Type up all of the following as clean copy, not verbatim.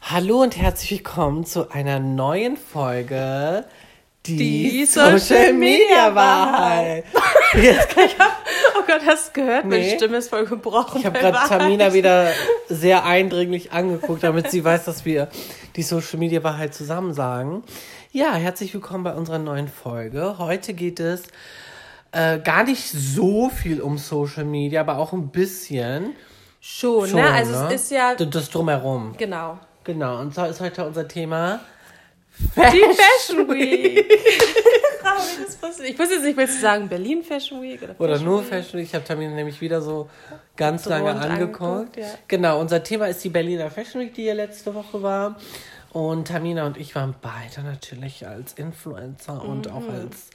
Hallo und herzlich willkommen zu einer neuen Folge Die Social Media Wahrheit. Oh Gott, hast du gehört? Nee. Meine Stimme ist voll gebrochen. Ich habe gerade Tamina wieder sehr eindringlich angeguckt, damit sie weiß, dass wir die Social Media Wahrheit zusammen sagen. Ja, herzlich willkommen bei unserer neuen Folge. Heute geht es gar nicht so viel um Social Media, aber auch ein bisschen. Schon, ne? Also ne? es ist ja... Das Drumherum. Genau. Genau, und zwar ist heute unser Thema Die Fashion Week. Ich wusste jetzt nicht, willst du sagen Berlin Fashion Week? Oder nur Fashion Week. Ich habe Tamina nämlich wieder so ganz lange angeguckt. Ja. Genau, unser Thema ist die Berliner Fashion Week, die ja letzte Woche war. Und Tamina und ich waren beide natürlich als Influencer und auch als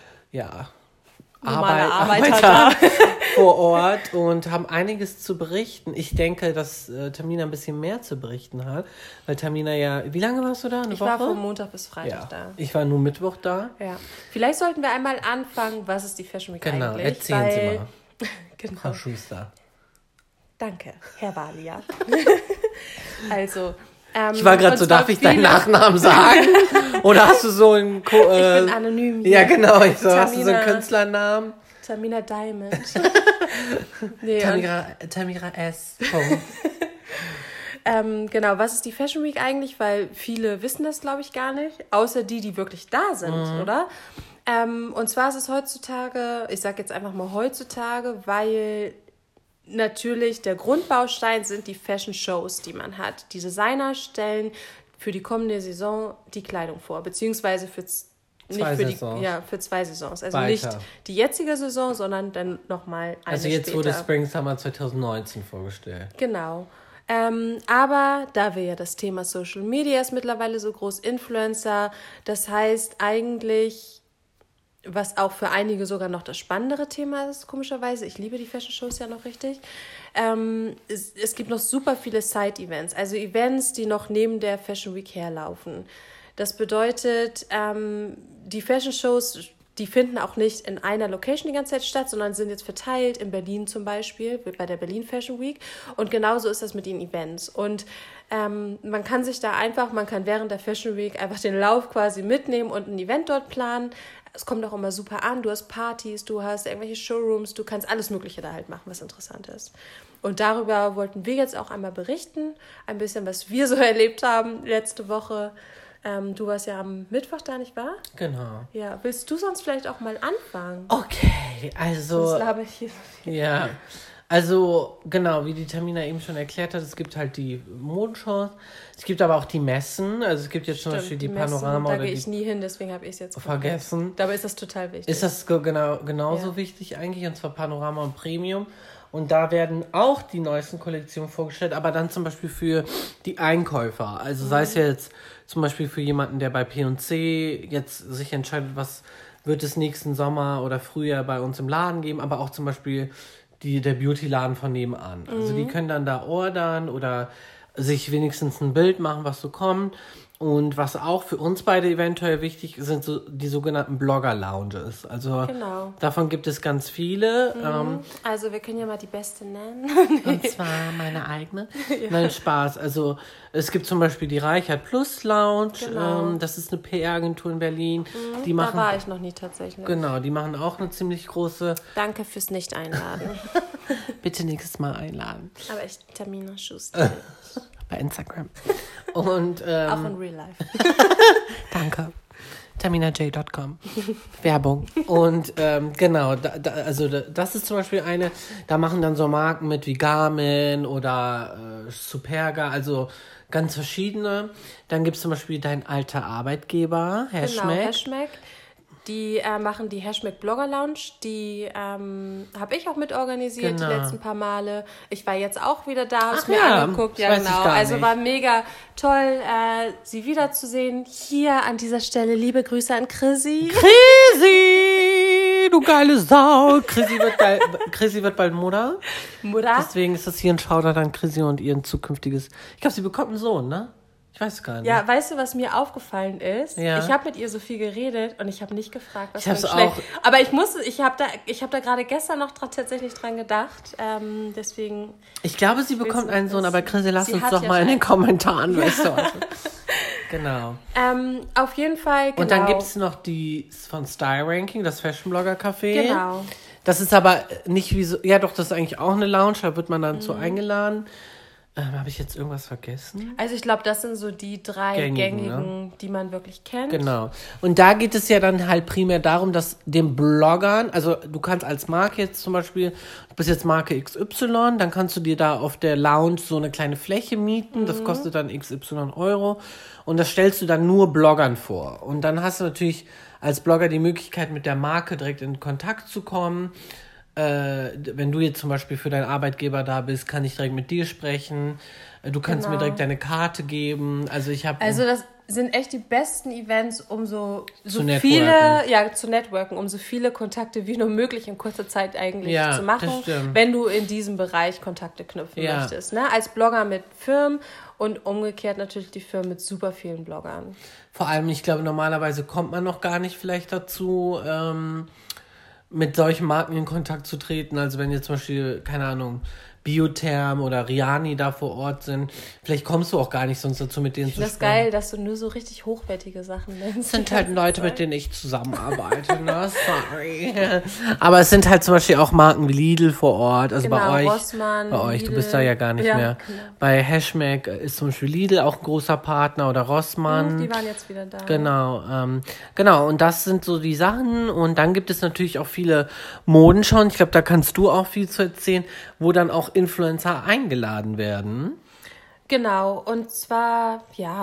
Arbeiter da. vor Ort und haben einiges zu berichten. Ich denke, dass Tamina ein bisschen mehr zu berichten hat, weil Tamina ja... Wie lange warst du da? Eine Woche? Ich war von Montag bis Freitag da. Ich war nur Mittwoch da. Ja. Vielleicht sollten wir einmal anfangen, was ist die Fashion Week Genau, eigentlich? erzählen Sie mal. Genau. Frau Schuster. Danke, Herr Walia. Also... Ich war gerade so, darf ich deinen Nachnamen sagen? Oder hast du so einen... ich bin anonym hier. Ja, genau. Ich so, hast du so einen Künstlernamen? Tamina Diamond. Nee, Tamira S. Genau, was ist die Fashion Week eigentlich? Weil viele wissen das, glaube ich, gar nicht. Außer die wirklich da sind, oder? Und zwar ist es heutzutage, ich sage jetzt einfach mal heutzutage, weil... Natürlich, der Grundbaustein sind die Fashion-Shows, die man hat. Die Designer stellen für die kommende Saison die Kleidung vor, beziehungsweise für zwei Saisons. Also weiter. Nicht die jetzige Saison, sondern dann nochmal eine Also jetzt später. wurde Spring Summer 2019 vorgestellt. Genau. Aber da wir ja das Thema Social Media ist mittlerweile so groß, Influencer, das heißt eigentlich... Was auch für einige sogar noch das spannendere Thema ist, komischerweise. Ich liebe die Fashion-Shows ja noch richtig. Es gibt noch super viele Side-Events, also Events, die noch neben der Fashion Week herlaufen. Das bedeutet, die Fashion-Shows, die finden auch nicht in einer Location die ganze Zeit statt, sondern sind jetzt verteilt in Berlin zum Beispiel, bei der Berlin Fashion Week. Und genauso ist das mit den Events. Und man kann während der Fashion Week einfach den Lauf quasi mitnehmen und ein Event dort planen. Es kommt auch immer super an, du hast Partys, du hast irgendwelche Showrooms, du kannst alles Mögliche da halt machen, was interessant ist. Und darüber wollten wir jetzt auch einmal berichten, ein bisschen, was wir so erlebt haben letzte Woche. Du warst ja am Mittwoch da, nicht wahr? Genau. Ja, willst du sonst vielleicht auch mal anfangen? Okay, also... Sonst laber ich hier so viel. Ja, also genau, wie die Tamina eben schon erklärt hat, es gibt halt die Modenshows, es gibt aber auch die Messen, also es gibt jetzt zum Beispiel die Panorama da oder gehe ich nie hin, deswegen habe ich es jetzt vergessen. Dabei ist das total wichtig. Ist das genauso wichtig eigentlich, und zwar Panorama und Premium. Und da werden auch die neuesten Kollektionen vorgestellt, aber dann zum Beispiel für die Einkäufer. Also sei es jetzt zum Beispiel für jemanden, der bei P&C jetzt sich entscheidet, was wird es nächsten Sommer oder Frühjahr bei uns im Laden geben, aber auch zum Beispiel der Beauty-Laden von nebenan. Also die können dann da ordern oder sich wenigstens ein Bild machen, was so kommt. Und was auch für uns beide eventuell wichtig ist, sind so die sogenannten Blogger-Lounges. Also davon gibt es ganz viele. Also wir können ja mal die beste nennen. Und zwar meine eigene. Ja. Nein, Spaß. Also es gibt zum Beispiel die Reichert Plus Lounge. Genau. Das ist eine PR-Agentur in Berlin. Da war ich noch nie tatsächlich. Genau, die machen auch eine ziemlich große... Danke fürs Nicht-Einladen. Bitte nächstes Mal einladen. Aber ich Tamina Schuster. Bei Instagram. Und, auch in Real Life. Danke. TaminaJ.com. Werbung. Und genau, das ist zum Beispiel da machen dann so Marken mit wie Garmin oder Superga, also ganz verschiedene. Dann gibt es zum Beispiel dein alter Arbeitgeber, Hashmack. Genau, Hashmack. Die machen die Hashmack Blogger Lounge, die habe ich auch mitorganisiert die letzten paar Male. Ich war jetzt auch wieder da, habe es mir angeguckt. Ja, genau. Also war mega toll, sie wiederzusehen. Hier an dieser Stelle liebe Grüße an Chrissy. Chrissy, du geile Sau. Chrissy wird bald Mutter. Deswegen ist das hier ein Shoutout an Chrissy und ihren zukünftiges... Ich glaube, sie bekommt einen Sohn, ne? Ich weiß gar nicht. Ja, weißt du, was mir aufgefallen ist? Ja. Ich habe mit ihr so viel geredet und ich habe nicht gefragt, was Ich hab's für ein auch. Aber ich habe da gerade gestern noch tatsächlich dran gedacht. Deswegen. Ich glaube, sie bekommt einen Sohn, aber Chrissy, lass uns hat doch ja mal in den schon- Kommentaren, weißt du. Genau. Auf jeden Fall, genau. Und dann gibt es noch die von Style Ranking, das Fashion Blogger Café. Genau. Das ist aber nicht wie so. Ja, doch, das ist eigentlich auch eine Lounge, da wird man dann zu eingeladen. Habe ich jetzt irgendwas vergessen? Also ich glaube, das sind so die 3 gängigen, ne? die man wirklich kennt. Genau. Und da geht es ja dann halt primär darum, dass den Bloggern, also du kannst als Marke jetzt zum Beispiel, du bist jetzt Marke XY, dann kannst du dir da auf der Lounge so eine kleine Fläche mieten, das kostet dann XY Euro und das stellst du dann nur Bloggern vor. Und dann hast du natürlich als Blogger die Möglichkeit, mit der Marke direkt in Kontakt zu kommen. Wenn du jetzt zum Beispiel für deinen Arbeitgeber da bist, kann ich direkt mit dir sprechen. Du kannst mir direkt deine Karte geben. Also das sind echt die besten Events, um so networken. viele, zu networken, um so viele Kontakte wie nur möglich in kurzer Zeit eigentlich zu machen, das stimmt. wenn du in diesem Bereich Kontakte knüpfen möchtest. Ne? Als Blogger mit Firmen und umgekehrt natürlich die Firmen mit super vielen Bloggern. Vor allem, ich glaube, normalerweise kommt man noch gar nicht vielleicht dazu, mit solchen Marken in Kontakt zu treten. Also wenn jetzt zum Beispiel, keine Ahnung, Biotherm oder Riani da vor Ort sind, vielleicht kommst du auch gar nicht sonst dazu, mit denen zu sprechen. Das ist geil, dass du nur so richtig hochwertige Sachen nennst. Es sind halt Leute, mit denen ich zusammenarbeite, ne? Sorry. Aber es sind halt zum Beispiel auch Marken wie Lidl vor Ort, also Genau, bei euch. Rossmann, bei euch, Lidl. du bist da ja gar nicht mehr. Genau. Bei Hashmag ist zum Beispiel Lidl auch ein großer Partner oder Rossmann. Die waren jetzt wieder da. Genau, und das sind so die Sachen. Und dann gibt es natürlich auch viele Modenschauen. Ich glaube, da kannst du auch viel zu erzählen, wo dann auch Influencer eingeladen werden. Genau, und zwar,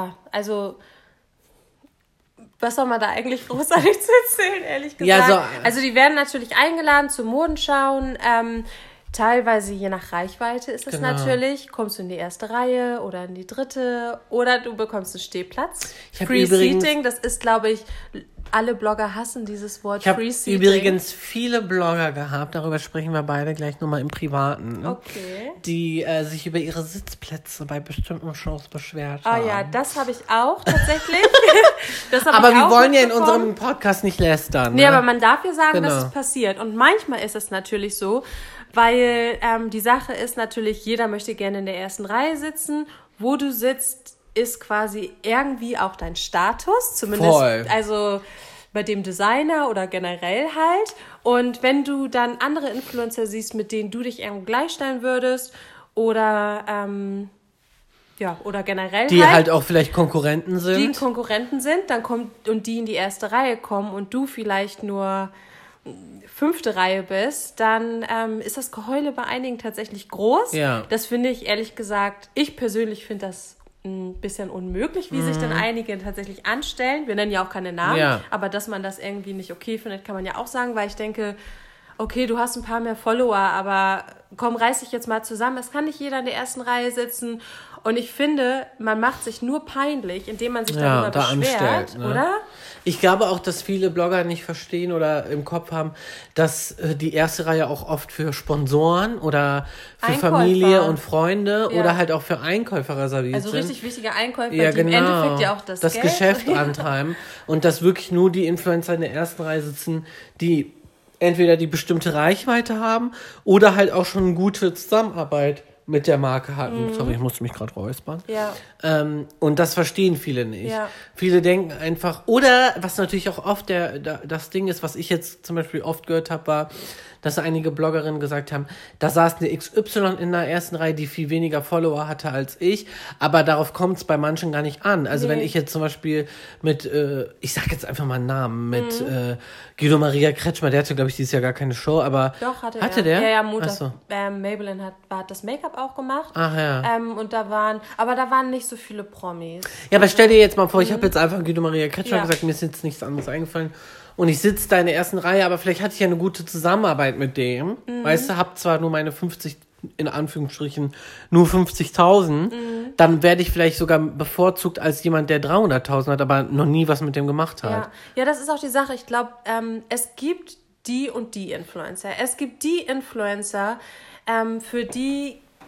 was soll man da eigentlich großartig zu erzählen, ehrlich gesagt? Ja, also die werden natürlich eingeladen zu Modenschauen, teilweise je nach Reichweite ist es natürlich, kommst du in die erste Reihe oder in die dritte oder du bekommst einen Stehplatz. Free Seating, das ist, glaube ich, alle Blogger hassen dieses Wort Free Seating. Ich habe übrigens viele Blogger gehabt, darüber sprechen wir beide gleich nochmal im Privaten, okay, die sich über ihre Sitzplätze bei bestimmten Shows beschwert haben. Ah ja, das habe ich auch tatsächlich. Aber wir wollen ja in unserem Podcast nicht lästern. Nee, aber man darf ja sagen, Genau. dass es passiert. Und manchmal ist es natürlich so, weil die Sache ist natürlich, jeder möchte gerne in der ersten Reihe sitzen. Wo du sitzt, ist quasi irgendwie auch dein Status. Zumindest, Voll. also bei dem Designer oder generell halt. Und wenn du dann andere Influencer siehst, mit denen du dich irgendwie gleichstellen würdest oder oder generell die halt auch vielleicht Konkurrenten sind. Die Konkurrenten sind, dann kommt und die in die erste Reihe kommen und du vielleicht nur 5. Reihe bist, dann ist das Geheule bei einigen tatsächlich groß. Ja. Das finde ich ehrlich gesagt, ich persönlich finde das ein bisschen unmöglich, wie sich dann einige tatsächlich anstellen. Wir nennen ja auch keine Namen, aber dass man das irgendwie nicht okay findet, kann man ja auch sagen, weil ich denke, okay, du hast ein paar mehr Follower, aber komm, reiß dich jetzt mal zusammen. Es kann nicht jeder in der ersten Reihe sitzen. Und ich finde, man macht sich nur peinlich, indem man sich darüber beschwert, anstellt, ne? oder? Ich glaube auch, dass viele Blogger nicht verstehen oder im Kopf haben, dass die erste Reihe auch oft für Sponsoren oder für Einkäufer. Familie und Freunde oder halt auch für Einkäufer reserviert sind. Also richtig wichtige Einkäufer, Ja, die im Endeffekt ja auch das Geld Geschäft antreiben. Und dass wirklich nur die Influencer in der ersten Reihe sitzen, die entweder die bestimmte Reichweite haben oder halt auch schon eine gute Zusammenarbeit mit der Marke hatten. Sorry, ich musste mich gerade räuspern. Ja. Und das verstehen viele nicht. Ja. Viele denken einfach, oder was natürlich auch oft das Ding ist, was ich jetzt zum Beispiel oft gehört habe, war, dass einige Bloggerinnen gesagt haben, da saß eine XY in der ersten Reihe, die viel weniger Follower hatte als ich, aber darauf kommt es bei manchen gar nicht an. Also wenn ich jetzt zum Beispiel mit, ich sag jetzt einfach mal einen Namen, mit Guido Maria Kretschmer, der hatte, glaube ich, dieses Jahr gar keine Show, aber... Doch, hatte der? Ja, Montag. Maybelline hat das Make-up auch gemacht. Ach ja. Und da waren nicht so viele Promis. Ja, aber stell dir jetzt mal vor, ich habe jetzt einfach Guido Maria Kretschmer Ja. gesagt, mir ist jetzt nichts anderes eingefallen. Und ich sitze da in der ersten Reihe, aber vielleicht hatte ich ja eine gute Zusammenarbeit mit dem. Weißt du, hab zwar nur meine 50, in Anführungsstrichen, nur 50.000. Dann werde ich vielleicht sogar bevorzugt als jemand, der 300.000 hat, aber noch nie was mit dem gemacht hat. Ja, das ist auch die Sache. Ich glaube, es gibt die und die Influencer. Es gibt die Influencer, für die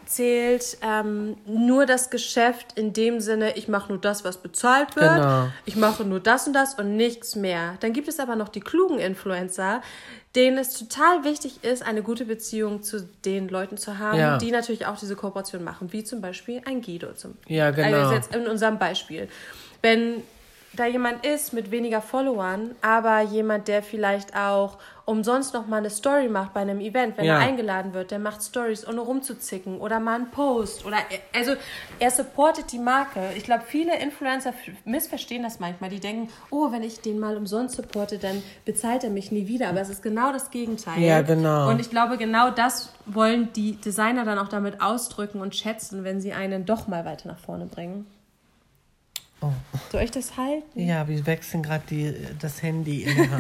zählt nur das Geschäft in dem Sinne, ich mache nur das, was bezahlt wird. Genau. Ich mache nur das und das und nichts mehr. Dann gibt es aber noch die klugen Influencer, denen es total wichtig ist, eine gute Beziehung zu den Leuten zu haben, die natürlich auch diese Kooperation machen, wie zum Beispiel ein Guido. Ja, genau. Also jetzt in unserem Beispiel. Wenn da jemand ist mit weniger Followern, aber jemand, der vielleicht auch umsonst noch mal eine Story macht bei einem Event, wenn er eingeladen wird, der macht Stories, ohne rumzuzicken oder mal einen Post. Also er supportet die Marke. Ich glaube, viele Influencer missverstehen das manchmal. Die denken, oh, wenn ich den mal umsonst supporte, dann bezahlt er mich nie wieder. Aber es ist genau das Gegenteil. Ja, genau. Und ich glaube, genau das wollen die Designer dann auch damit ausdrücken und schätzen, wenn sie einen doch mal weiter nach vorne bringen. Oh. Soll ich das halten? Ja, wir wechseln gerade das Handy in der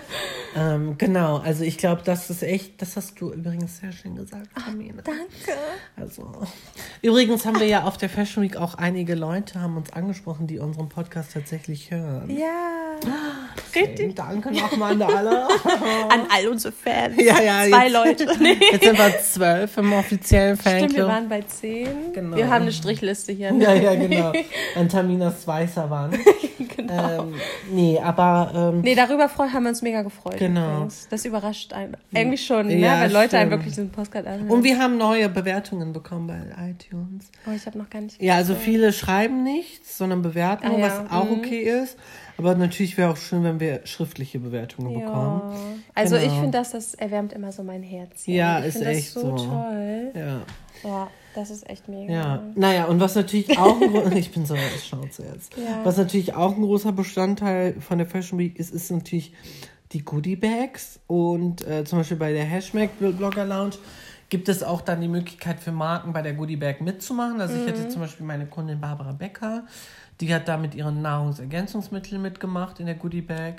Hand. Genau, also ich glaube, das ist echt, das hast du übrigens sehr schön gesagt, Tamina. Danke. Also, übrigens haben wir ja auf der Fashion Week auch einige Leute haben uns angesprochen, die unseren Podcast tatsächlich hören. Ja. Richtig. Danke nochmal an alle. An all unsere Fans. Ja, 2 Leute. Nee. Jetzt sind wir 12 im offiziellen Fanclub. Stimmt, wir waren bei 10. Genau. Wir haben eine Strichliste hier. Ne? Ja, genau. An Taminas weißer Wand. Genau. Nee, aber... nee, darüber haben wir uns mega gefreut. Genau. Übrigens. Das überrascht einen. Eigentlich schon, ja, ne? Weil Leute stimmt. einen wirklich diesen Podcast anhören. Und wir haben neue Bewertungen bekommen bei iTunes. Oh, ich habe noch gar nicht Ja, also viele schreiben nichts, sondern bewerten, was auch okay ist. Aber natürlich wäre auch schön, wenn wir schriftliche Bewertungen bekommen. Also Genau. ich finde, das erwärmt immer so mein Herz. Ja, ich ist finde echt das so so. toll. Ja. Ja, das ist echt mega. Ja, naja, und was natürlich auch ich bin so Schnauze jetzt. Ja. Was natürlich auch ein großer Bestandteil von der Fashion Week ist natürlich die Goodie Bags. Und zum Beispiel bei der Hashtag Blogger Lounge gibt es auch dann die Möglichkeit für Marken bei der Goodie Bag mitzumachen. Also ich hätte zum Beispiel meine Kundin Barbara Becker, die hat da mit ihren Nahrungsergänzungsmitteln mitgemacht in der Goodie Bag.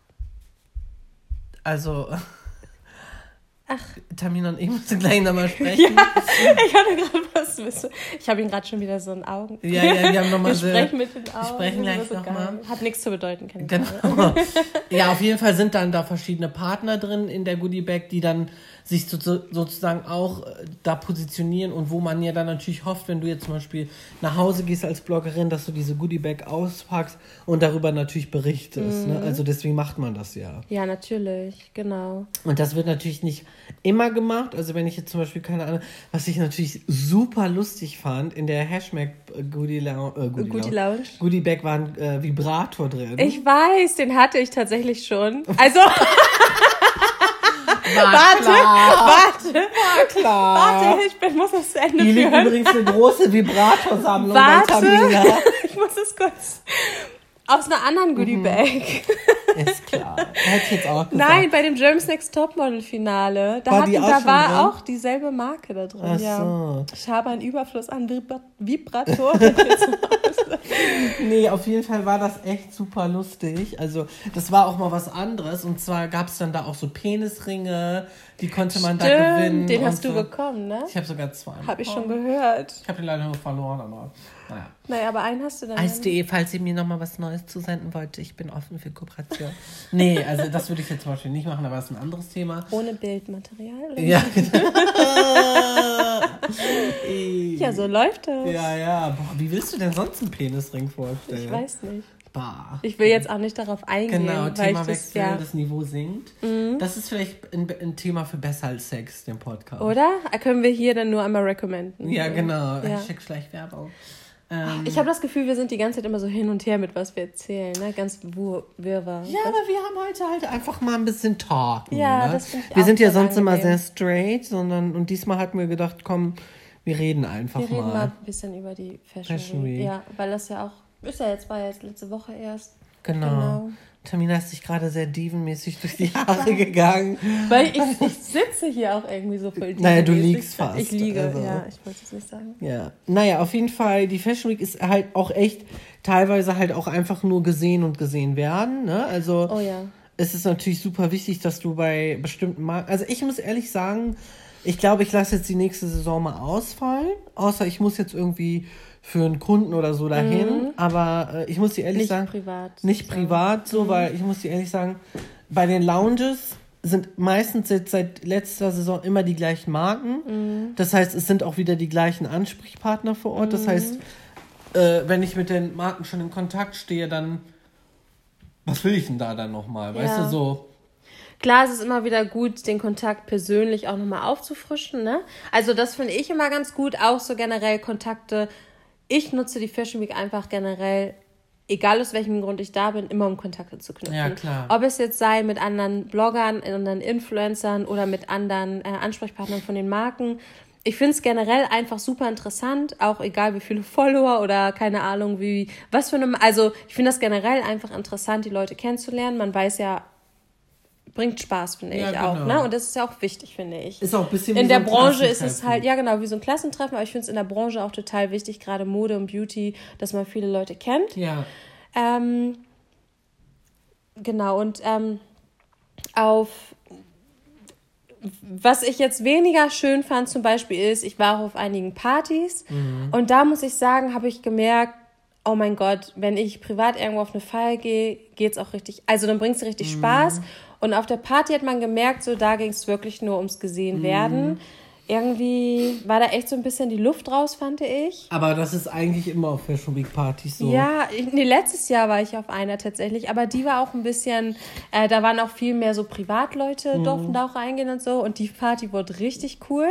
Also... Ach, Tamina und ich müssen gleich nochmal sprechen. Ja, ich hatte gerade was wissen. Ich habe ihn gerade schon wieder so in Augen. Ja, wir haben nochmal so... Wir sprechen mit den Augen. Wir sprechen gleich so nochmal. Hat nichts zu bedeuten, keine Genau. Ja, auf jeden Fall sind dann da verschiedene Partner drin in der Goodie Bag, die dann sich sozusagen auch da positionieren und wo man ja dann natürlich hofft, wenn du jetzt zum Beispiel nach Hause gehst als Bloggerin, dass du diese Goodie Bag auspackst und darüber natürlich berichtest. Ne? Also deswegen macht man das ja. Ja, natürlich, genau. Und das wird natürlich nicht immer gemacht. Also wenn ich jetzt zum Beispiel, keine Ahnung, was ich natürlich super lustig fand, in der Hashtag Goodie Bag war ein Vibrator drin. Ich weiß, den hatte ich tatsächlich schon. Also... Warte, ich muss das zu Ende führen. Hier liegt übrigens eine große Vibratorsammlung bei Tamina. Ich muss es kurz... Aus einer anderen Goodie-Bag. Ist klar. Hätte ich jetzt auch gesagt. Nein, bei dem Germany's Next Topmodel-Finale. Da war auch dieselbe Marke da drin. Ach ja. So. Ich habe einen Überfluss an Vibratoren. Nee, auf jeden Fall war das echt super lustig. Also das war auch mal was anderes. Und zwar gab es dann da auch so Penisringe, die konnte man da gewinnen. Den hast du bekommen, ne? Ich habe sogar 2 bekommen. Habe ich schon gehört. Ich habe den leider nur verloren, aber naja. Naja, aber einen hast du dann. Eis.de, falls ihr mir nochmal was Neues zusenden wollt, ich bin offen für Kooperation. Nee, also das würde ich jetzt zum Beispiel nicht machen, aber das ist ein anderes Thema. Ohne Bildmaterial? Oder? Ja, genau. Ja, so läuft das. Ja. Boah, wie willst du denn sonst einen Penisring vorstellen? Ich weiß nicht. Bah. Ich will jetzt auch nicht darauf eingehen. Genau, weil Themawechsel, das Niveau sinkt. Das ist vielleicht ein Thema für Besser als Sex, den Podcast. Oder? Können wir hier dann nur einmal recommenden. Ja, genau. Ja. Hashtag Schleichwerbung. Ich habe das Gefühl, wir sind die ganze Zeit immer so hin und her mit was wir erzählen, ne? Ganz wirrwarr. Ja, aber wir haben heute halt einfach mal ein bisschen talken. Ja, ne? das finde ich Wir auch sind ja voll sonst immer angenehm. sehr straight, und diesmal hatten wir gedacht, komm, wir reden einfach Wir reden mal mal. ein bisschen über die Fashion Week. Week. Ja, weil das ja auch, war ja jetzt letzte Woche erst. Genau. Tamina ist sich gerade sehr dievenmäßig durch die Haare gegangen. Weil ich sitze hier auch irgendwie so voll Naja, du dievenmäßig. liegst fast. Ich liege, also. ja, ich wollte es nicht sagen. Ja, naja, auf jeden Fall, die Fashion Week ist halt auch echt teilweise halt auch einfach nur gesehen und gesehen werden, ne? Also Oh ja. es ist natürlich super wichtig, dass du bei bestimmten Marken, also ich muss ehrlich sagen, ich glaube, ich lasse jetzt die nächste Saison mal ausfallen, außer ich muss jetzt irgendwie für einen Kunden oder so dahin, aber ich muss dir ehrlich sagen, Privat. nicht privat so, weil ich muss dir ehrlich sagen, bei den Lounges sind meistens jetzt seit letzter Saison immer die gleichen Marken. Das heißt, es sind auch wieder die gleichen Ansprechpartner vor Ort. Das heißt, wenn ich mit den Marken schon in Kontakt stehe, dann was will ich denn da dann nochmal? Weißt du, so. Klar, es ist immer wieder gut, den Kontakt persönlich auch nochmal aufzufrischen, ne? Also das finde ich immer ganz gut, auch so generell Kontakte. Ich nutze die Fashion Week einfach generell, egal aus welchem Grund ich da bin, immer um Kontakte zu knüpfen. Ja, klar. Ob es jetzt sei mit anderen Bloggern, anderen Influencern oder mit anderen Ansprechpartnern von den Marken. Ich finde es generell einfach super interessant, auch egal wie viele Follower oder keine Ahnung was für eine, also ich finde das generell einfach interessant, die Leute kennenzulernen. Man weiß ja, bringt Spaß, finde ich auch, ne? Und das ist ja auch wichtig, finde ich. Ist auch ein bisschen in der Branche ist es halt, ja genau, wie so ein Klassentreffen, aber ich finde es in der Branche auch total wichtig, gerade Mode und Beauty, dass man viele Leute kennt. Ja. Genau, und was ich jetzt weniger schön fand zum Beispiel ist, ich war auch auf einigen Partys und da muss ich sagen, habe ich gemerkt, oh mein Gott, wenn ich privat irgendwo auf eine Feier gehe, geht's auch richtig, also dann bringt's richtig Spaß. Und auf der Party hat man gemerkt, so da ging es wirklich nur ums gesehen werden. Irgendwie war da echt so ein bisschen die Luft raus, fand ich. Aber das ist eigentlich immer auf Fashion Week Partys so. Ja, letztes Jahr war ich auf einer tatsächlich, aber die war auch ein bisschen, da waren auch viel mehr so Privatleute, durften da auch reingehen und so. Und die Party wurde richtig cool.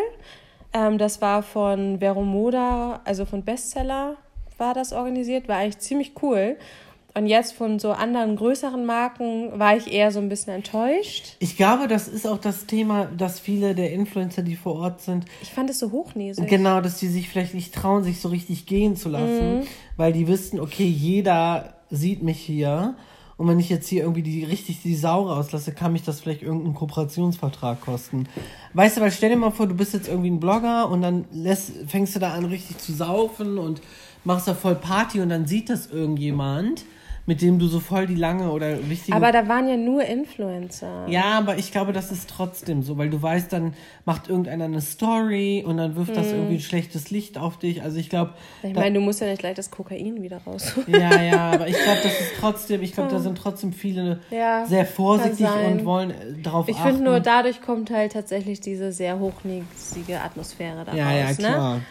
Das war von Vero Moda, also von Bestseller war das organisiert, war eigentlich ziemlich cool. Und jetzt von so anderen größeren Marken war ich eher so ein bisschen enttäuscht. Ich glaube, das ist auch das Thema, dass viele der Influencer, die vor Ort sind... Ich fand es so hochnäsig. Genau, dass die sich vielleicht nicht trauen, sich so richtig gehen zu lassen. Weil die wissen, okay, jeder sieht mich hier. Und wenn ich jetzt hier irgendwie die Sau rauslasse, kann mich das vielleicht irgendeinen Kooperationsvertrag kosten. Weißt du, weil stell dir mal vor, du bist jetzt irgendwie ein Blogger und dann fängst du da an, richtig zu saufen und machst da voll Party und dann sieht das irgendjemand, mit dem du so voll die lange oder wichtige... Aber da waren ja nur Influencer. Ja, aber ich glaube, das ist trotzdem so, weil du weißt, dann macht irgendeiner eine Story und dann wirft das irgendwie ein schlechtes Licht auf dich. Also ich glaube... Ich meine, du musst ja nicht gleich das Kokain wieder raus. Ja, aber ich glaube, das ist trotzdem... Ich glaube, da sind trotzdem viele sehr vorsichtig und wollen darauf achten. Ich finde nur, dadurch kommt halt tatsächlich diese sehr hochnäsige Atmosphäre daraus. Ja, klar. Ne?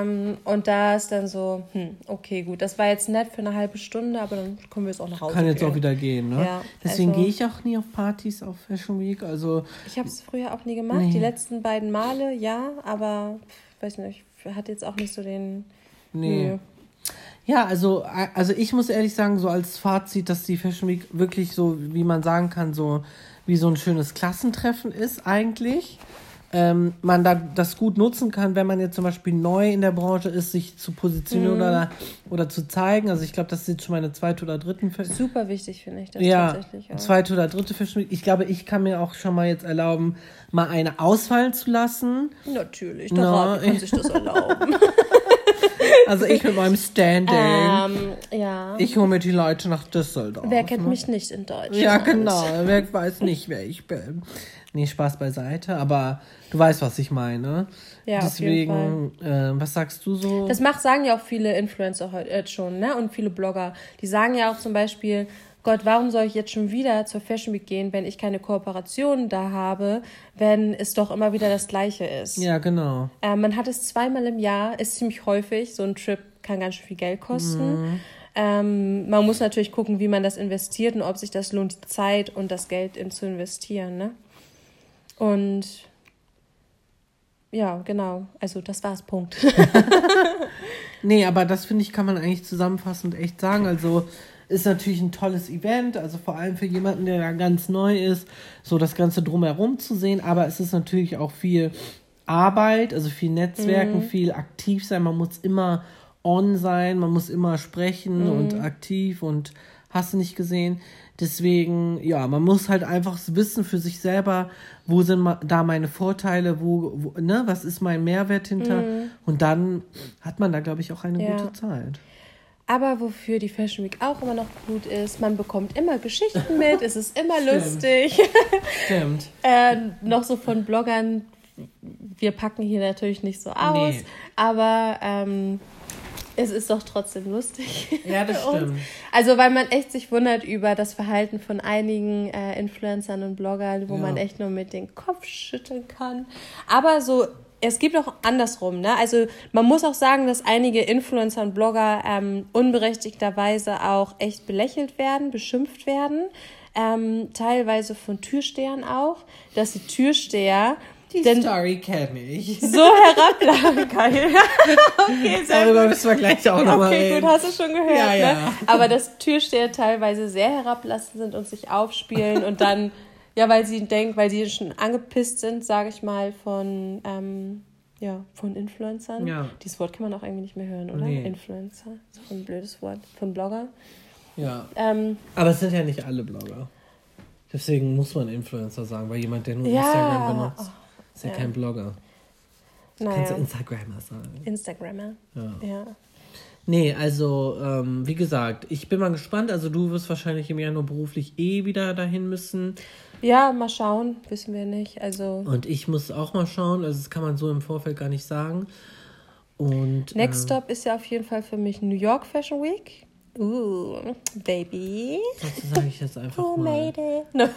Und da ist dann so, okay, gut, das war jetzt nett für eine halbe Stunde, aber dann können wir jetzt auch nach Hause gehen. Kann jetzt auch wieder gehen, ne? Ja, deswegen gehe ich auch nie auf Partys auf Fashion Week, also... Ich habe es früher auch nie gemacht, die letzten beiden Male, ja, aber, weiß nicht, hat jetzt auch nicht so den... Nee. Ja, also ich muss ehrlich sagen, so als Fazit, dass die Fashion Week wirklich so, wie man sagen kann, so wie so ein schönes Klassentreffen ist eigentlich. Man da das gut nutzen kann, wenn man jetzt zum Beispiel neu in der Branche ist, sich zu positionieren oder zu zeigen. Also ich glaube, das ist jetzt schon meine zweite oder dritte Super wichtig, finde ich das tatsächlich. Ja, zweite oder dritte Fashion Week. Ich glaube, ich kann mir auch schon mal jetzt erlauben, mal eine ausfallen zu lassen. Natürlich, der Rat kann sich das erlauben. Also ich mit meinem Standing. Ja. Ich hole mir die Leute nach Düsseldorf. Wer kennt mich nicht in Deutschland? Ja, genau. Wer weiß nicht, wer ich bin. Nee, Spaß beiseite, aber du weißt, was ich meine. Ja, deswegen, auf jeden Fall. Was sagst du so? Das sagen ja auch viele Influencer heute schon, ne? Und viele Blogger. Die sagen ja auch zum Beispiel, Gott, warum soll ich jetzt schon wieder zur Fashion Week gehen, wenn ich keine Kooperation da habe, wenn es doch immer wieder das Gleiche ist? Ja, genau. Man hat es 2-mal im Jahr, ist ziemlich häufig. So ein Trip kann ganz schön viel Geld kosten. Man muss natürlich gucken, wie man das investiert und ob sich das lohnt, die Zeit und das Geld zu investieren, ne? Und ja, genau. Also das war's, Punkt. Nee, aber das, finde ich, kann man eigentlich zusammenfassend echt sagen. Also ist natürlich ein tolles Event, also vor allem für jemanden, der da ganz neu ist, so das Ganze drumherum zu sehen. Aber es ist natürlich auch viel Arbeit, also viel Netzwerken, viel aktiv sein. Man muss immer on sein, man muss immer sprechen und aktiv und hast du nicht gesehen. Deswegen, ja, man muss halt einfach wissen für sich selber, wo sind da meine Vorteile, ne, was ist mein Mehrwert hinter. Und dann hat man da, glaube ich, auch eine gute Zeit. Aber wofür die Fashion Week auch immer noch gut ist, man bekommt immer Geschichten mit, es ist immer lustig. Stimmt. Noch so von Bloggern, wir packen hier natürlich nicht so aus, aber es ist doch trotzdem lustig. Ja, das stimmt. Also, weil man echt sich wundert über das Verhalten von einigen Influencern und Bloggern, wo man echt nur mit dem Kopf schütteln kann. Aber so, es gibt auch andersrum, ne? Also, man muss auch sagen, dass einige Influencer und Blogger unberechtigterweise auch echt belächelt werden, beschimpft werden. Teilweise von Türstehern auch, dass die Türsteher Die Story kenne ich. so herablassen. Geil. Okay, sehr Darüber gut. müssen wir gleich auch nochmal reden. Okay, gut, hast du schon gehört. Ja, ja. Ne? Aber dass Türsteher teilweise sehr herablassend sind und sich aufspielen und dann, ja, weil sie schon angepisst sind, sage ich mal, von Influencern. Ja. Dieses Wort kann man auch irgendwie nicht mehr hören, oder? Nee. Influencer. Das ist auch ein blödes Wort. Von Blogger. Ja. Aber es sind ja nicht alle Blogger. Deswegen muss man Influencer sagen, weil jemand, der nur Instagram benutzt, ist ja kein Blogger. Kannst du Instagrammer sagen. Instagrammer. Ja. Nee, also, wie gesagt, ich bin mal gespannt. Also du wirst wahrscheinlich im Januar beruflich wieder dahin müssen. Ja, mal schauen. Wissen wir nicht. Also Und ich muss auch mal schauen. Also das kann man so im Vorfeld gar nicht sagen. Und Next Stop ist ja auf jeden Fall für mich New York Fashion Week. Baby. das sage ich jetzt einfach Who mal. made it? No.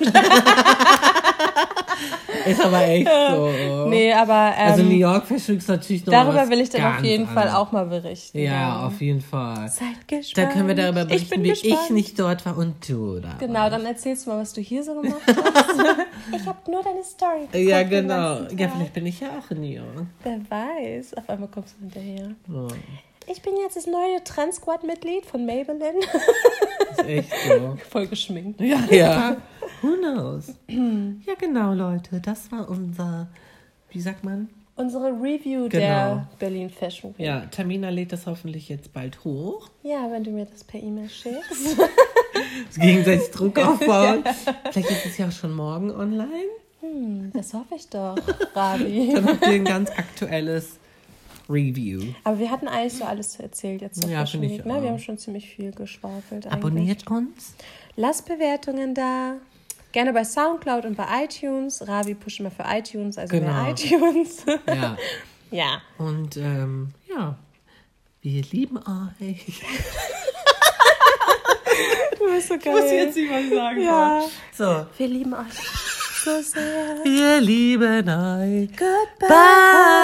Ist aber echt so. Nee, aber also New York Fashion Week ist natürlich noch darüber was will ich dann auf ganz jeden Fall anderes. auch mal berichten. Ja, auf jeden Fall. Seid gespannt. Da können wir darüber Ich berichten, bin wie gespannt. ich nicht dort war und du da Genau, warst. dann erzählst du mal, was du hier so gemacht hast. Ich habe nur deine Story geguckt. Ja, den genau. ganzen Ja, Tag. vielleicht bin ich ja auch in New York. Wer weiß. Auf einmal kommst du hinterher. Ja, Ich bin jetzt das neue Trend-Squad-Mitglied von Maybelline. ist echt so. Voll geschminkt. Ja. Who knows? Ja, genau, Leute. Das war unser, wie sagt man? Unsere Review Genau. der Berlin Fashion Week. Ja, Tamina lädt das hoffentlich jetzt bald hoch. Ja, wenn du mir das per E-Mail schickst. Gegenseitig Druck aufbauen. Vielleicht ist es ja auch schon morgen online. Das hoffe ich doch, Ravi. Dann habt ihr ein ganz aktuelles Review. Aber wir hatten eigentlich so alles erzählt jetzt zur Ja, Fashion finde ich Week, ne? auch. Wir haben schon ziemlich viel geschwafelt eigentlich. Abonniert uns. Lasst Bewertungen da. Gerne bei Soundcloud und bei iTunes. Ravi pusht immer für iTunes, also Genau. mehr iTunes. Ja. Ja. Und ja, wir lieben euch. Du bist so geil. Ich muss jetzt nicht mal sagen. Ja. So. Wir lieben euch so sehr. Wir lieben euch. Goodbye. Bye.